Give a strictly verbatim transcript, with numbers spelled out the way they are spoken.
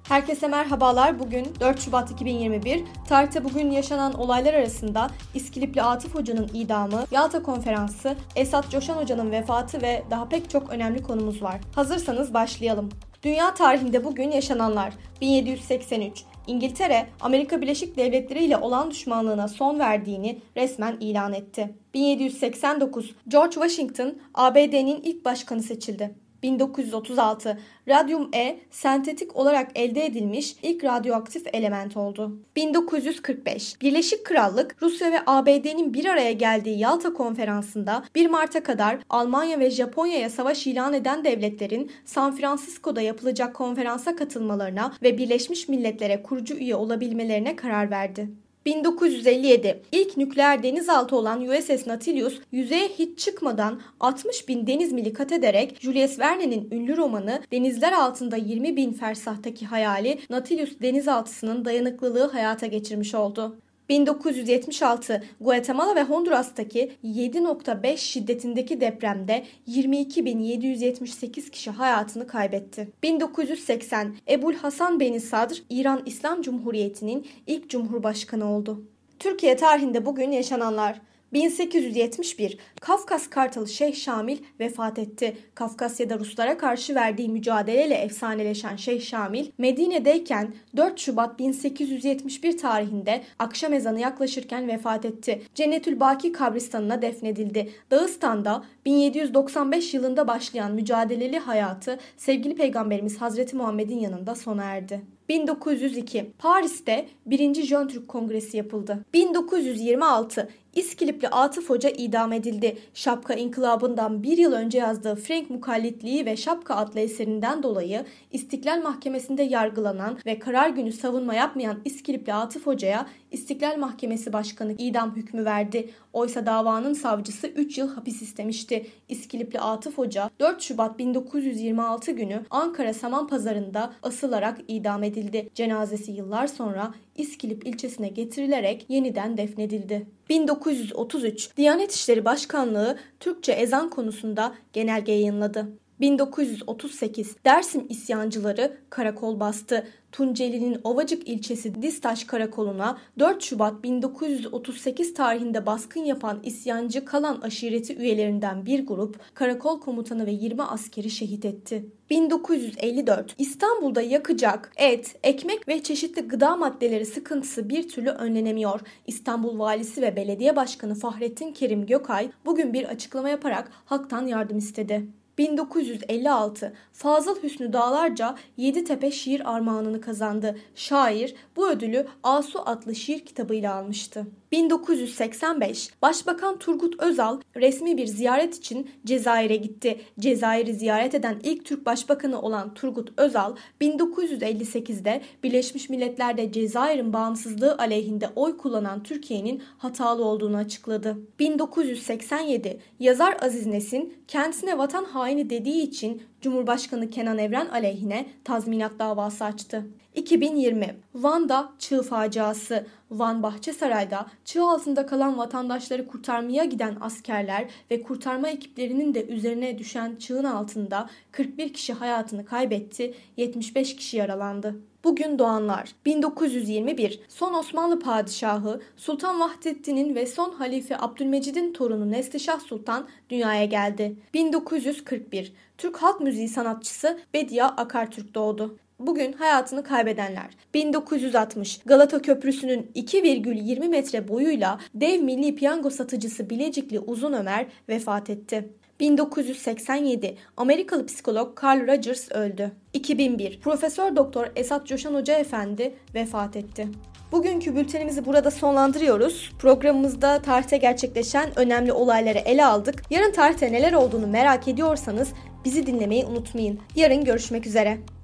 Herkese merhabalar. Bugün dört Şubat iki bin yirmi bir. Tarihte bugün yaşanan olaylar arasında İskilipli Atıf Hoca'nın idamı, Yalta Konferansı, Esat Coşan Hoca'nın vefatı ve daha pek çok önemli konumuz var. Hazırsanız başlayalım. Dünya tarihinde bugün yaşananlar. bin yedi yüz seksen üç. İngiltere, Amerika Birleşik Devletleri ile olan düşmanlığına son verdiğini resmen ilan etti. bin yedi yüz seksen dokuz. George Washington, A B D'nin ilk başkanı seçildi. bin dokuz yüz otuz altı. Radyum E, sentetik olarak elde edilmiş ilk radyoaktif element oldu. bin dokuz yüz kırk beş. Birleşik Krallık, Rusya ve A B D'nin bir araya geldiği Yalta Konferansı'nda bir Mart'a kadar Almanya ve Japonya'ya savaş ilan eden devletlerin San Francisco'da yapılacak konferansa katılmalarına ve Birleşmiş Milletler'e kurucu üye olabilmelerine karar verdi. bin dokuz yüz elli yedi. İlk nükleer denizaltı olan U S S Nautilus yüzeye hiç çıkmadan altmış bin deniz mili kat ederek Jules Verne'nin ünlü romanı Denizler Altında yirmi bin Fersahtaki Hayali Nautilus denizaltısının dayanıklılığı hayata geçirmiş oldu. bin dokuz yüz yetmiş altı. Guatemala ve Honduras'taki yedi nokta beş şiddetindeki depremde yirmi iki bin yedi yüz yetmiş sekiz kişi hayatını kaybetti. bin dokuz yüz seksen. Ebul Hasan Beni Sadr, İran İslam Cumhuriyeti'nin ilk cumhurbaşkanı oldu. Türkiye tarihinde bugün yaşananlar. bin sekiz yüz yetmiş bir. Kafkas Kartalı Şeyh Şamil vefat etti. Kafkasya'da Ruslara karşı verdiği mücadeleyle efsaneleşen Şeyh Şamil, Medine'deyken dört Şubat bin sekiz yüz yetmiş bir tarihinde akşam ezanı yaklaşırken vefat etti. Cennetülbaki kabristanına defnedildi. Dağıstan'da bin yedi yüz doksan beş yılında başlayan mücadeleli hayatı sevgili Peygamberimiz Hazreti Muhammed'in yanında sona erdi. bin dokuz yüz iki. Paris'te birinci Jön Türk Kongresi yapıldı. bin dokuz yüz yirmi altı. İskilipli Atıf Hoca idam edildi. Şapka İnkılabı'ndan bir yıl önce yazdığı Frank Mukallitliği ve Şapka adlı eserinden dolayı İstiklal Mahkemesi'nde yargılanan ve karar günü savunma yapmayan İskilipli Atıf Hoca'ya İstiklal Mahkemesi Başkanı idam hükmü verdi. Oysa davanın savcısı üç yıl hapis istemişti. İskilipli Atıf Hoca dört Şubat bin dokuz yüz yirmi altı günü Ankara Samanpazarı'nda asılarak idam edildi. Cenazesi yıllar sonra İskilip ilçesine getirilerek yeniden defnedildi. bin dokuz yüz otuz üç. Diyanet İşleri Başkanlığı Türkçe ezan konusunda genelge yayınladı. bin dokuz yüz otuz sekiz. Dersim isyancıları karakol bastı. Tunceli'nin Ovacık ilçesi Distaş Karakolu'na dört Şubat bin dokuz yüz otuz sekiz tarihinde baskın yapan isyancı Kalan aşireti üyelerinden bir grup karakol komutanı ve yirmi askeri şehit etti. bin dokuz yüz elli dört. İstanbul'da yakacak et, ekmek ve çeşitli gıda maddeleri sıkıntısı bir türlü önlenemiyor. İstanbul Valisi ve Belediye Başkanı Fahrettin Kerim Gökay bugün bir açıklama yaparak halktan yardım istedi. bin dokuz yüz elli altı. Fazıl Hüsnü Dağlarca Yeditepe şiir armağanını kazandı. Şair bu ödülü Asu adlı şiir kitabıyla almıştı. bin dokuz yüz seksen beş. Başbakan Turgut Özal resmi bir ziyaret için Cezayir'e gitti. Cezayir'i ziyaret eden ilk Türk Başbakanı olan Turgut Özal, bin dokuz yüz elli sekizde Birleşmiş Milletler'de Cezayir'in bağımsızlığı aleyhinde oy kullanan Türkiye'nin hatalı olduğunu açıkladı. bin dokuz yüz seksen yedi. Yazar Aziz Nesin kendisine vatan haini dediği için Cumhurbaşkanı Kenan Evren aleyhine tazminat davası açtı. iki bin yirmi. Van'da çığ faciası. Van Bahçesaray'da çığ altında kalan vatandaşları kurtarmaya giden askerler ve kurtarma ekiplerinin de üzerine düşen çığın altında kırk bir kişi hayatını kaybetti, yetmiş beş kişi yaralandı. Bugün doğanlar. bin dokuz yüz yirmi bir. Son Osmanlı Padişahı Sultan Vahdettin'in ve son Halife Abdülmecid'in torunu Neslişah Sultan dünyaya geldi. bin dokuz yüz kırk bir. Türk halk müziği sanatçısı Bediye Akartürk doğdu. Bugün hayatını kaybedenler. bin dokuz yüz altmış. Galata Köprüsü'nün iki virgül yirmi metre boyuyla dev milli piyango satıcısı Bilecikli Uzun Ömer vefat etti. bin dokuz yüz seksen yedi. Amerikalı psikolog Carl Rogers öldü. iki bin bir. Profesör Doktor Esat Coşan Hoca Efendi vefat etti. Bugünkü bültenimizi burada sonlandırıyoruz. Programımızda tarihte gerçekleşen önemli olayları ele aldık. Yarın tarihte neler olduğunu merak ediyorsanız bizi dinlemeyi unutmayın. Yarın görüşmek üzere.